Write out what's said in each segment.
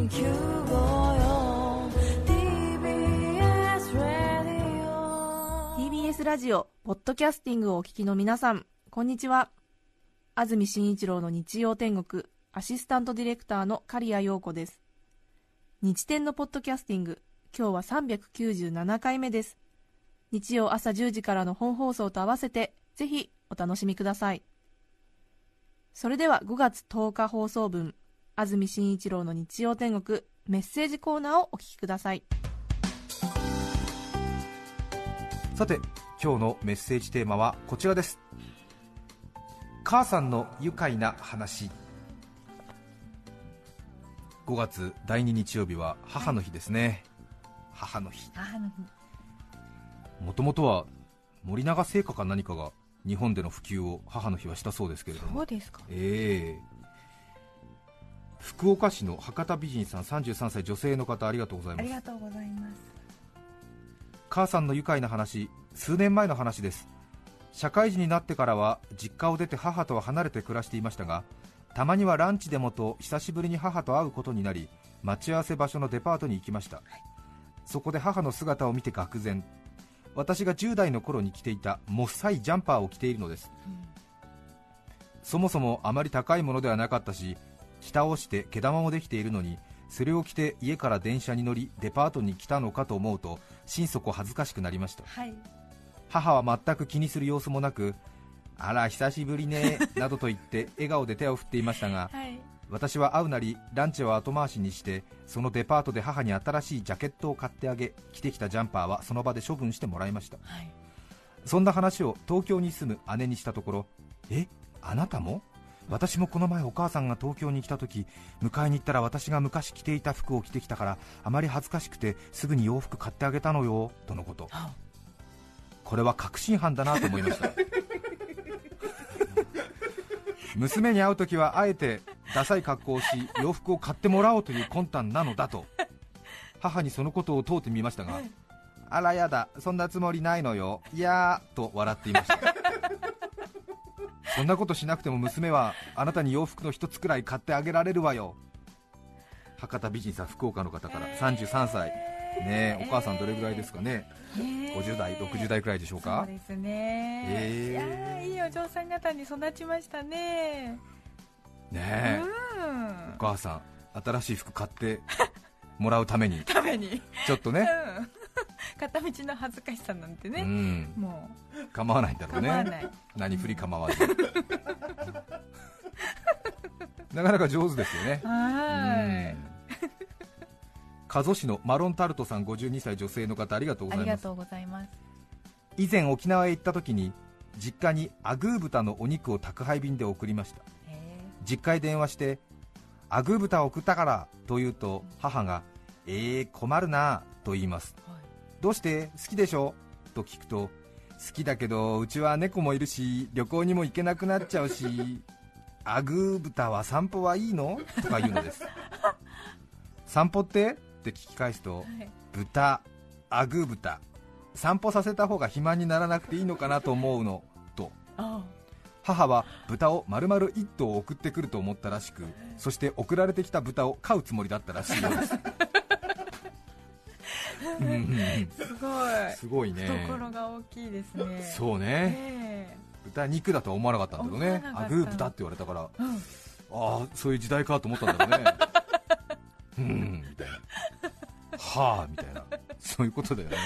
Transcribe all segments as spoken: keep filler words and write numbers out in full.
きゅうごよ ティービーエス ラジオ ティービーエス ラジオポッドキャスティングをお聞きの皆さん、こんにちは。安住紳一郎の日曜天国アシスタントディレクターの刈谷陽子です。日天のポッドキャスティング、今日はさんびゃくきゅうじゅうななかいめです。日曜朝じゅうじからの本放送と合わせてぜひお楽しみください。それではごがつとおか放送分、安住紳一郎の日曜天国メッセージコーナーをお聞きください。 さて、今日のメッセージテーマはこちらです。母さんの愉快な話。ごがつだいに日曜日は母の日ですね。母の日。 母の日。 もともとは森永製菓か何かが日本での普及を母の日はしたそうですけれども。 そうですか。 えー、福岡市の博多美人さん、さんじゅうさんさい女性の方、ありがとうございます。 ありがとうございます。 母さんの愉快な話、数年前の話です。社会人になってからは実家を出て母とは離れて暮らしていましたが、たまにはランチでもと久しぶりに母と会うことになり、待ち合わせ場所のデパートに行きました、はい、そこで母の姿を見て愕然。私がじゅう代の頃に着ていたもっさいジャンパーを着ているのです、うん、そもそもあまり高いものではなかったし、着倒して毛玉もできているのに、それを着て家から電車に乗りデパートに来たのかと思うと心底恥ずかしくなりました、はい、母は全く気にする様子もなく、あら久しぶりねなどと言って笑顔で手を振っていましたが、はい、私は会うなりランチは後回しにして、そのデパートで母に新しいジャケットを買ってあげ、着てきたジャンパーはその場で処分してもらいました、はい、そんな話を東京に住む姉にしたところ、え、あなたも？私もこの前お母さんが東京に来た時、迎えに行ったら私が昔着ていた服を着てきたからあまり恥ずかしくてすぐに洋服買ってあげたのよとのこと。これは確信犯だなと思いました娘に会うときはあえてダサい格好をし洋服を買ってもらおうという魂胆なのだと母にそのことを問うてみましたが、あらやだ、そんなつもりないのよ、いやーと笑っていましたそんなことしなくても娘はあなたに洋服の一つくらい買ってあげられるわよ。博多美人さん、福岡の方からさんじゅうさんさいねえ、お母さんどれぐらいですかね、ごじゅう代、ろくじゅう代くらいでしょうか。 そうですね、えー、いやいいお嬢さん方に育ちましたね。 ねえ、うん、お母さん新しい服買ってもらうためにためにちょっとね、うん、 片道の恥ずかしさなんてね、うん、もう構わないんだろうね。 構わない、 何振り構わずなかなか上手ですよね。はい、加須市のマロンタルトさん、ごじゅうにさい女性の方、ありがとうございます。 ありがとうございます。 以前沖縄へ行った時に実家にアグー豚のお肉を宅配便で送りました。実家へ電話してアグー豚を送ったからと言うと、母がえー困るなと言います、はい、どうして好きでしょと聞くと、好きだけどうちは猫もいるし旅行にも行けなくなっちゃうしアグー豚は散歩はいいのとか言うのです散歩ってって聞き返すと、はい、豚、アグー豚、散歩させた方が肥満にならなくていいのかなと思うのと。ああ、母は豚を丸々いっ頭送ってくると思ったらしく、そして送られてきた豚を飼うつもりだったらしいようですうんうん、 すごい、 すごいね、 懐が大きいですね。 そうね、えー、豚肉だとは思わなかったんだろうね。アグー豚って言われたから、うん、ああそういう時代かと思ったんだろうねうんみたいな、はあみたいな、そういうことだよね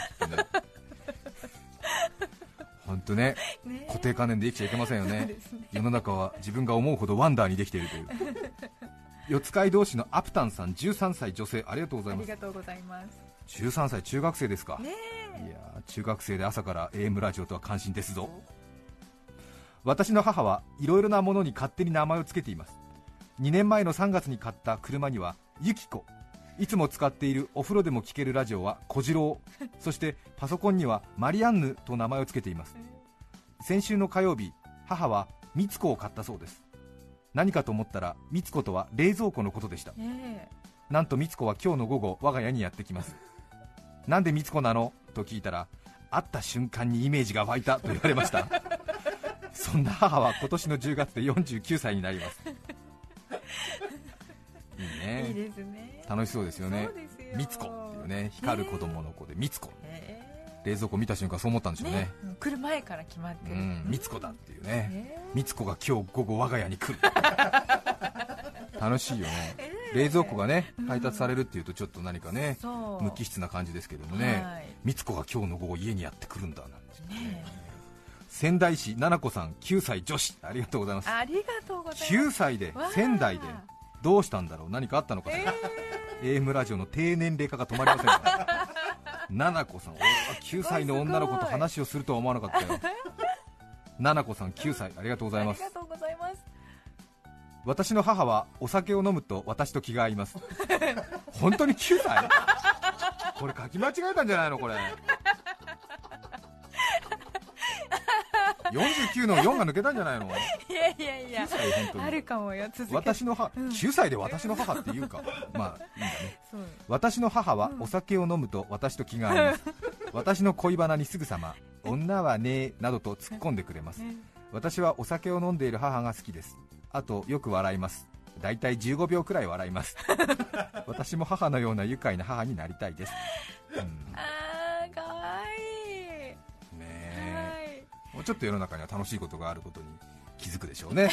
本当ね、ね、固定観念で生きちゃいけませんよ ね, ね世の中は自分が思うほどワンダーにできているという四街道市のアプタンさん、じゅうさんさい女性、ありがとうございます。 ありがとうございます。 じゅうさんさい、中学生ですか、ね、いや中学生で朝から エーエム ラジオとは感心ですぞ。私の母はいろいろなものに勝手に名前をつけています。にねんまえのさんがつに買った車にはユキコ、いつも使っているお風呂でも聴けるラジオは小次郎、そしてパソコンにはマリアンヌと名前をつけています。先週の火曜日、母はミツコを買ったそうです。何かと思ったらミツコとは冷蔵庫のことでした、ね、なんとミツコは今日の午後我が家にやってきます。なんでミツコなのと聞いたら、会った瞬間にイメージが湧いたと言われましたそんな母は今年のじゅうがつでよんじゅうきゅうさいになりますいいね、 いいですですね。 楽しそうですよね。みつこっていうね、光る子供の子でみつこ、冷蔵庫見た瞬間そう思ったんでしょうね。 ね、来る前から決まってる。 みつこだっていうね。みつこが今日午後我が家に来る楽しいよね、えー、冷蔵庫がね配達されるっていうとちょっと何かね、うん、無機質な感じですけどもね、みつこが今日の午後家にやってくるんだなんて、ね、仙台市ななこさんきゅうさい女子、ありがとうございます。 ありがとうございます。 きゅうさいで仙台でどうしたんだろう、何かあったのかしら、えー、エーエム ラジオの低年齢化が止まりませんからななこさん、きゅうさいの女の子と話をするとは思わなかったよななこさんきゅうさい、ありがとうございます。 ありがとうございます。 私の母はお酒を飲むと私と気が合います本当にきゅうさいこれ書き間違えたんじゃないのこれよんじゅうきゅうのよんが抜けたんじゃないの。 いやいやいや、 きゅうさい本当にあるかもよ。続け私の母、うん、きゅうさいで私の母っていうかまあいいんだね。そう、私の母はお酒を飲むと私と気が合います、うん、私の恋バナにすぐさま女はねえなどと突っ込んでくれます。私はお酒を飲んでいる母が好きです。あとよく笑います。だいたいじゅうごびょうくらい笑います私も母のような愉快な母になりたいです、うん、 あーかわいいねえ、もうちょっと世の中には楽しいことがあることに気づくでしょうね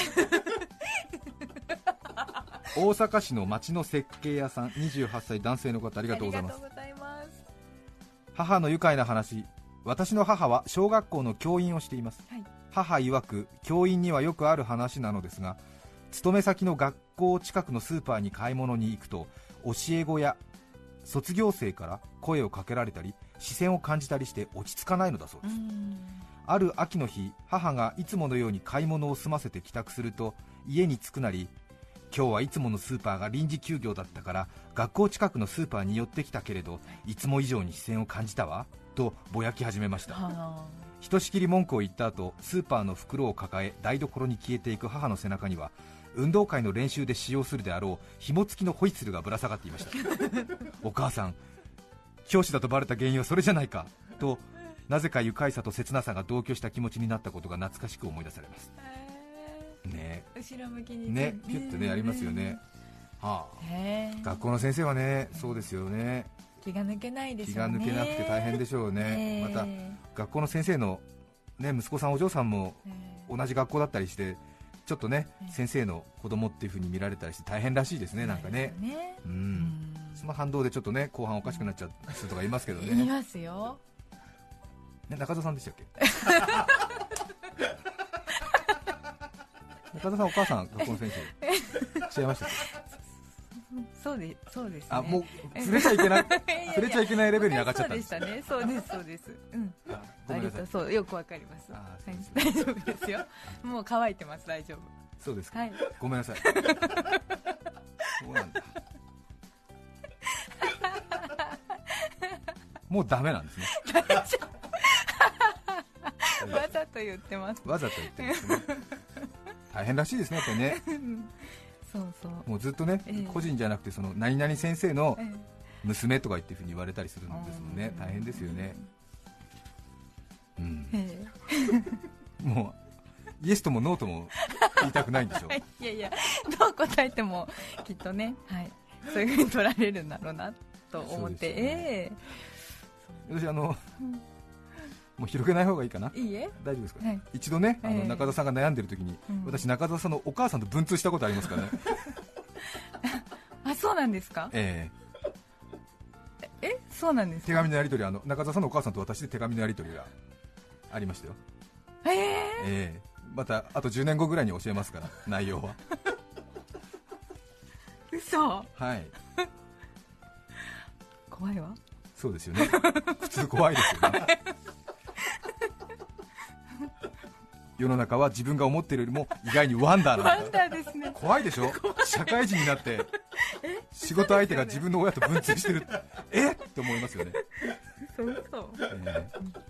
大阪市の町の設計屋さんにじゅうはっさい男性の方、ありがとうございます。母の愉快な話。私の母は小学校の教員をしています、はい、母曰く教員にはよくある話なのですが、勤め先の学校近くのスーパーに買い物に行くと教え子や卒業生から声をかけられたり視線を感じたりして落ち着かないのだそうです。ある秋の日、母がいつものように買い物を済ませて帰宅すると家に着くなり、今日はいつものスーパーが臨時休業だったから学校近くのスーパーに寄ってきたけれどいつも以上に視線を感じたわとぼやき始めました。ひとしきり文句を言った後、スーパーの袋を抱え台所に消えていく母の背中には運動会の練習で使用するであろう紐付きのホイッスルがぶら下がっていましたお母さん、教師だとバレた原因はそれじゃないかと、なぜか愉快さと切なさが同居した気持ちになったことが懐かしく思い出されます、ね、 後ろ向きにね、ピュッとねありますよね、はあ、学校の先生はね、そうですよね、 気が抜けないでしょうね。 気が抜けなくて大変でしょうね、また学校の先生の、ね、息子さんお嬢さんも同じ学校だったりしてちょっとね、先生の子供っていう風に見られたりして大変らしいですね、なんかね、うん、その反動でちょっとね後半おかしくなっちゃう人とかいますけどね。 いますよ、 ね、中田さんでしたっけ中田さんお母さん学校の先生違いましたっけそうで、そうですね。 あ、もう触れちゃいけない触れちゃいけないレベルに上がっちゃったんです。 そうでしたね。そうですそうです。うん。割とそうよくわかります。はい、大丈夫ですよ。もう乾いてます、大丈夫。 そうですか。 はい、 ごめんなさい。そうなんだ。もうダメなんですね。 わざと言ってます。 わざと言ってますね。大変らしいですね、やっぱりね。 そうそう、 もうずっとね、えー、個人じゃなくてその何々先生の娘とか言っていうふうに言われたりするんですもんね、えー、大変ですよね、うん、えー、もうイエスともノーとも言いたくないんでしょういやいや、どう答えてもきっとね、はい、そういうふうに取られるんだろうなと思って、ね、えー、私あの、うんもう広げない方がいいかな。 いいえ、 大丈夫ですか、はい、一度ね、あの中田さんが悩んでる時に、えー、私中田さんのお母さんと文通したことありますからねあ、そうなんですか。 えー、え、そうなんですか。 手紙のやり取り、あの中田さんのお母さんと私で手紙のやり取りがありましたよ。 えー、 えー、またあとじゅうねんごぐらいに教えますから内容は嘘。 はい怖いわ。 そうですよね普通怖いですよね世の中は自分が思っているよりも意外にワンダーなんだ。 ワンダーですね。 怖いでしょ。社会人になって仕事相手が自分の親と文通してるえって思いますよね。 そうそう、え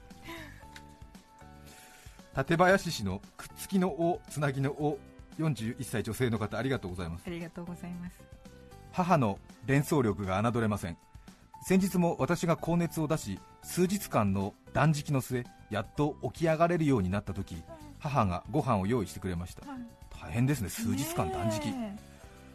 ー、館林市のくっつきのおつなぎのおよんじゅういっさい女性の方、ありがとうございます。 ありがとうございます。 母の連想力が侮れません。先日も私が高熱を出し数日間の断食の末やっと起き上がれるようになった時、母がご飯を用意してくれました。大変ですね、数日間断食。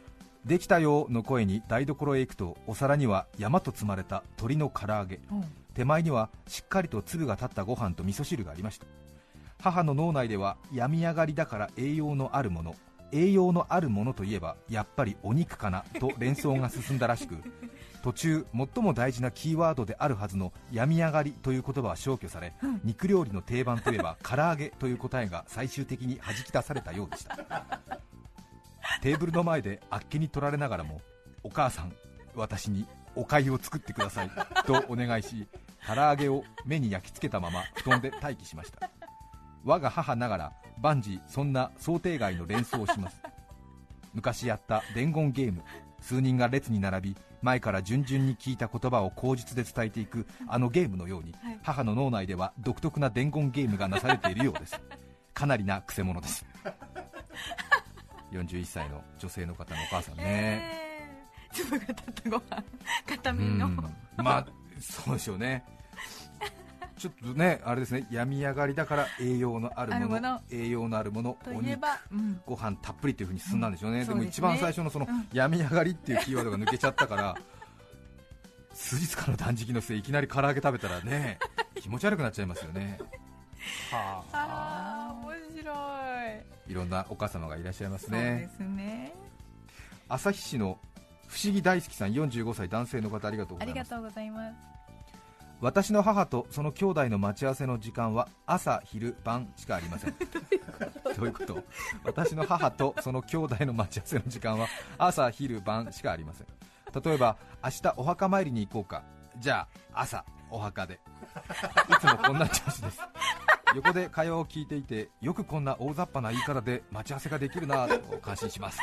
できたよの声に台所へ行くと、お皿には山と積まれた鶏の唐揚げ、うん、手前にはしっかりと粒が立ったご飯と味噌汁がありました。母の脳内では病み上がりだから栄養のあるもの、栄養のあるものといえばやっぱりお肉かなと連想が進んだらしく、途中最も大事なキーワードであるはずの病み上がりという言葉は消去され、うん、肉料理の定番といえば唐揚げという答えが最終的に弾き出されたようでした。テーブルの前であっけに取られながらも、お母さん、私にお粥を作ってくださいとお願いし、唐揚げを目に焼き付けたまま布団で待機しました。我が母ながら万事そんな想定外の連想をします。昔やった伝言ゲーム、数人が列に並び前から順々に聞いた言葉を口実で伝えていくあのゲームのように、はい、母の脳内では独特な伝言ゲームがなされているようです。かなりなくせ者です。よんじゅういっさいの女性の方のお母さんね、 えー、粒が立ったご飯片身の、 まあそうでしょうね。ちょっとね、あれですね、病み上がりだから栄養のあるもの、もの栄養のあるもの、お肉、うん、ご飯たっぷりという風に進んだんでしょうね、うん、でも一番最初のその、うん、病み上がりっていうキーワードが抜けちゃったから数日間の断食のせいいきなり唐揚げ食べたらね気持ち悪くなっちゃいますよね。はあ、あー面白い。 いろんなお母様がいらっしゃいますね。 そうですね。 旭市の不思議大好きさん、よんじゅうごさい男性の方、ありがとうございます。 ありがとうございます。 私の母とその兄弟の待ち合わせの時間は朝昼晩しかありません。どういうこと？私の母とその兄弟の待ち合わせの時間は朝昼晩しかありません。例えば明日お墓参りに行こうか、じゃあ朝お墓で、いつもこんな調子です。横で会話を聞いていて、よくこんな大雑把な言い方で待ち合わせができるなと感心します。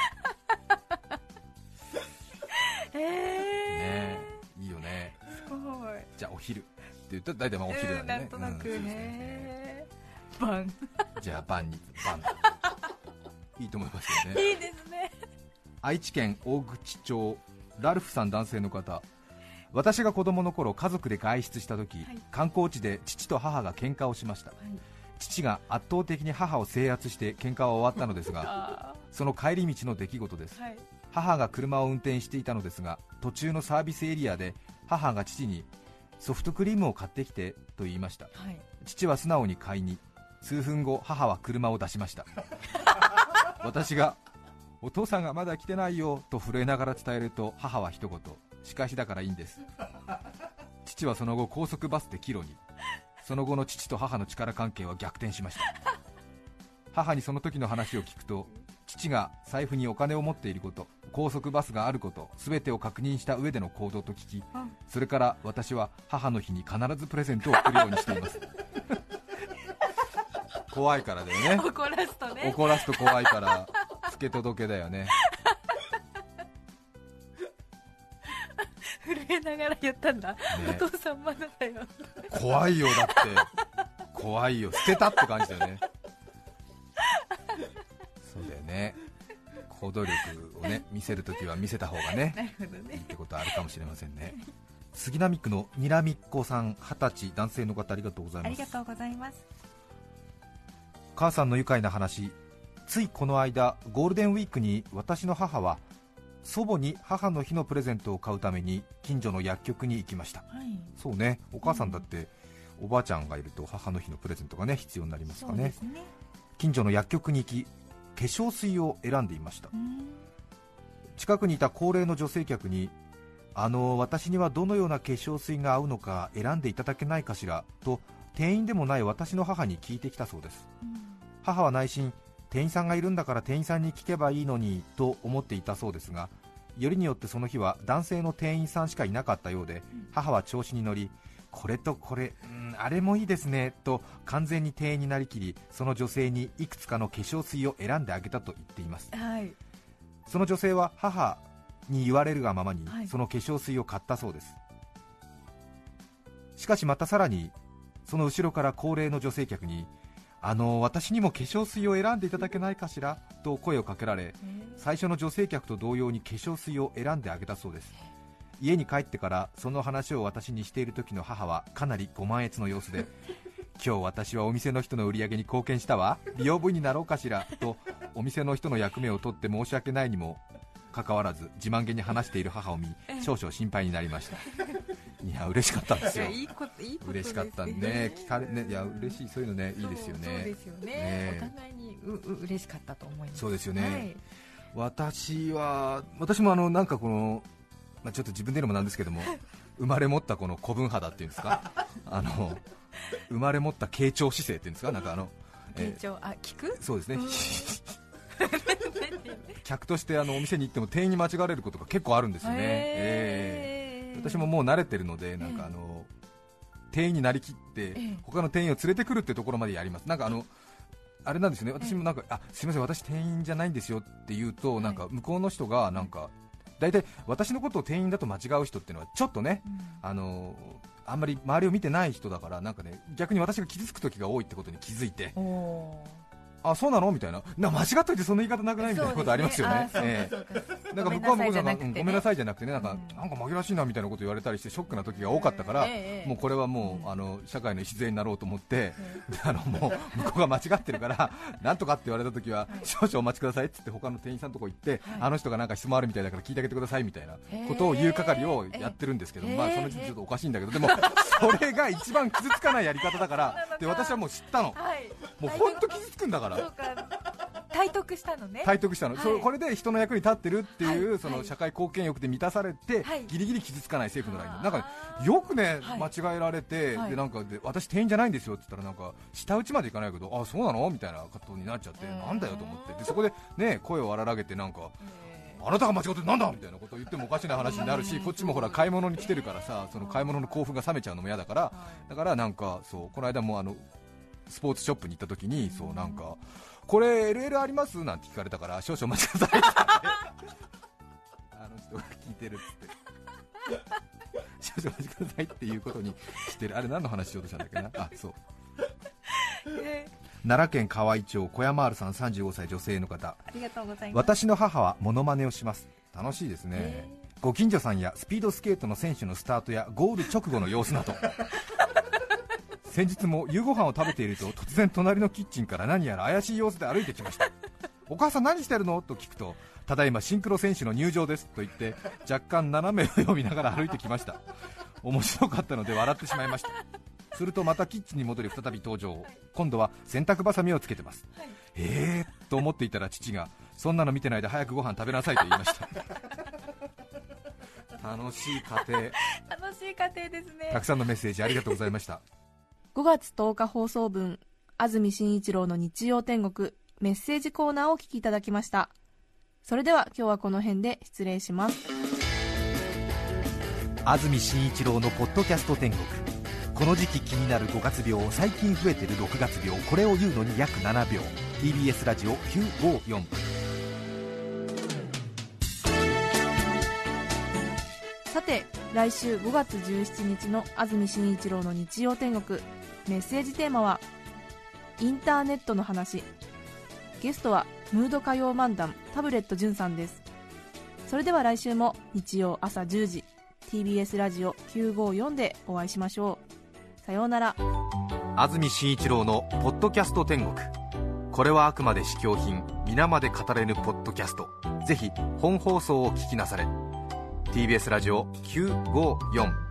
えー、 ね、いいよね。 すごい。 じゃあお昼って言ったら大体まあお昼なんでね、 なんとなくね、うん、晩じゃあ晩に晩いいと思いますよね。 いいですね。 愛知県大口町ラルフさん、男性の方。私が子供の頃家族で外出した時、はい、観光地で父と母が喧嘩をしました、はい、父が圧倒的に母を制圧して喧嘩は終わったのですがその帰り道の出来事です、はい、母が車を運転していたのですが、途中のサービスエリアで母が父にソフトクリームを買ってきてと言いました、はい、父は素直に買いに、数分後母は車を出しました。私がお父さんがまだ来てないよと震えながら伝えると、母は一言、仕返しだからいいんです。父はその後高速バスで帰路に。その後の父と母の力関係は逆転しました。母にその時の話を聞くと、父が財布にお金を持っていること、高速バスがあること、全てを確認した上での行動と聞き、それから私は母の日に必ずプレゼントを送るようにしています。怖いからだよね。 怒らすとね。 怒らすと怖いから付け届けだよね。 震えながら言ったんだ、ね、お父さんまだだよ。 怖いよ、だって怖いよ、捨てたって感じだよね。そうだよね、行動力をね見せるときは見せた方がね、 なるほどね、 いいってことはあるかもしれませんね。杉並区のにらみっこさん、はたち男性の方、ありがとうございます。 ありがとうございます。 母さんの愉快な話。ついこの間ゴールデンウィークに私の母は祖母に母の日のプレゼントを買うために近所の薬局に行きました、はい、そうね、お母さんだっておばあちゃんがいると母の日のプレゼントがね必要になりますか ね, ね近所の薬局に行き、化粧水を選んでいました。近くにいた高齢の女性客に、あの私にはどのような化粧水が合うのか選んでいただけないかしらと店員でもない私の母に聞いてきたそうです、うん、母は内心、店員さんがいるんだから店員さんに聞けばいいのにと思っていたそうですが、よりによってその日は男性の店員さんしかいなかったようで、母は調子に乗り、これとこれ、うん、あれもいいですねと完全に店員になりきり、その女性にいくつかの化粧水を選んであげたと言っています、はい、その女性は母に言われるがままにその化粧水を買ったそうです、はい、しかしまたさらにその後ろから高齢の女性客に、あの私にも化粧水を選んでいただけないかしらと声をかけられ、最初の女性客と同様に化粧水を選んであげたそうです。家に帰ってからその話を私にしている時の母はかなりご満悦の様子で、今日私はお店の人の売り上げに貢献したわ、美容部員になろうかしらとお店の人の役目を取って申し訳ないにも、 かかわらず自慢げに話している母を見少々心配になりました。いや嬉しかったんですよ。 いやいいこといいことです嬉しかったんで、ね、聞かれね、いや嬉しい、そういうのね、いいですよね。 そうですよね、ね、お互いにうう嬉しかったと思います。 そうですよね、 はい、 私は私もあのなんかこの、まあ、ちょっと自分で言うのもなんですけども生まれ持ったこの古文肌っていうんですかあの生まれ持った傾聴姿勢っていうんですか、なんかあの傾聴、あ、聞く、 そうですね客としてあのお店に行っても店員に間違われることが結構あるんですよね。えー、私ももう慣れてるので、なんかあの店員になりきって他の店員を連れてくるってところまでやります。なんかあのあれなんですよね、私もなんか、あ、すみません私店員じゃないんですよって言うと、なんか向こうの人がなんか大体私のことを店員だと間違う人っていうのはちょっとね、あのあんまり周りを見てない人だから、なんかね、逆に私が傷つく時が多いってことに気づいて、あ、そうなのみたいな、な間違っといてそんな言い方なくないみたいなことありますよね。なんか向こうは向こうなんかごめんなさいじゃなくてね、なんかなんか紛らわしいなみたいなこと言われたりしてショックな時が多かったから、もうこれはもうあの社会の礎になろうと思って、あのもう向こうが間違ってるからなんとかって言われた時は少々お待ちくださいって言って他の店員さんのとこ行って、あの人がなんか質問あるみたいだから聞いてあげてくださいみたいなことを言う係をやってるんですけど、まあその時ちょっとおかしいんだけど、でもそれが一番傷つかないやり方だからで、私はもう知ったの、もう本当傷つくんだから。 体得したのね。 体得したの、はい、そこれで人の役に立ってるっていう、はい、その社会貢献欲で満たされて、はい、ギリギリ傷つかないセーフのライン、なんか、ね、よくね、はい、間違えられて、はい、でなんかで私店員じゃないんですよって言ったら、なんか舌打ちまでいかないけど、あ、そうなのみたいなことになっちゃって、なんだよと思って、でそこでね声を荒らげて、なんかあなたが間違ってなんだみたいなことを言ってもおかしな話になるし、こっちもほら買い物に来てるからさ、その買い物の興奮が冷めちゃうのも嫌だから、だからなんかそうこの間もあのスポーツショップに行った時に、そうなんかこれ エルエル ありますなんて聞かれたから、少々お待ちくださいってあの人が聞いてるっつって少々お待ちくださいっていうことにしてる。あれ何の話しようとしたんだっけな、あ、そう、えー、奈良県河合町小山丸さんさんじゅうごさい女性の方、 ありがとうございます。 私の母はモノマネをします。楽しいですね、えー、ご近所さんやスピードスケートの選手のスタートやゴール直後の様子など先日も夕ご飯を食べていると、突然隣のキッチンから何やら怪しい様子で歩いてきました。お母さん何してるのと聞くと、ただいまシンクロ選手の入場ですと言って若干斜め上を見ながら歩いてきました。面白かったので笑ってしまいました。するとまたキッチンに戻り再び登場、今度は洗濯バサミをつけてます、はい、えーと思っていたら父が、そんなの見てないで早くご飯食べなさいと言いました楽しい家庭楽しい家庭ですね。 たくさんのメッセージありがとうございました。 ごがつとおか放送分、安住紳一郎の日曜天国メッセージコーナーをお聞きいただきました。それでは今日はこの辺で失礼します。 安住紳一郎のポッドキャスト天国、この時期気になるごがつ病、最近増えてるろくがつ病、これを言うのに約ななびょう。 ティービーエス ラジオきゅうごよん。 さて来週ごがつじゅうしちにちの安住紳一郎の日曜天国、メッセージテーマはインターネットの話。ゲストはムード歌謡漫談タブレット純さんです。それでは来週も日曜朝じゅうじ ティービーエス ラジオきゅうごよんでお会いしましょう。さようなら。 安住紳一郎のポッドキャスト天国、これはあくまで試供品、皆まで語れぬポッドキャスト。ぜひ本放送を聞きなされ。 ティービーエス ラジオきゅうごよん。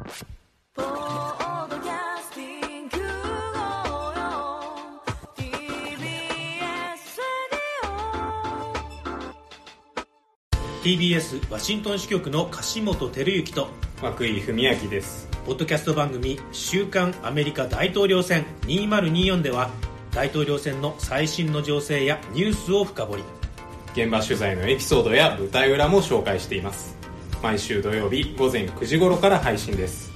ティービーエス ワシントン支局の樫本照之と涌井文明です。 ポッドキャスト番組週刊アメリカ大統領選にせんにじゅうよんでは、大統領選の最新の情勢やニュースを深掘り、 現場取材のエピソードや舞台裏も紹介しています。毎週土曜日午前くじ頃から配信です。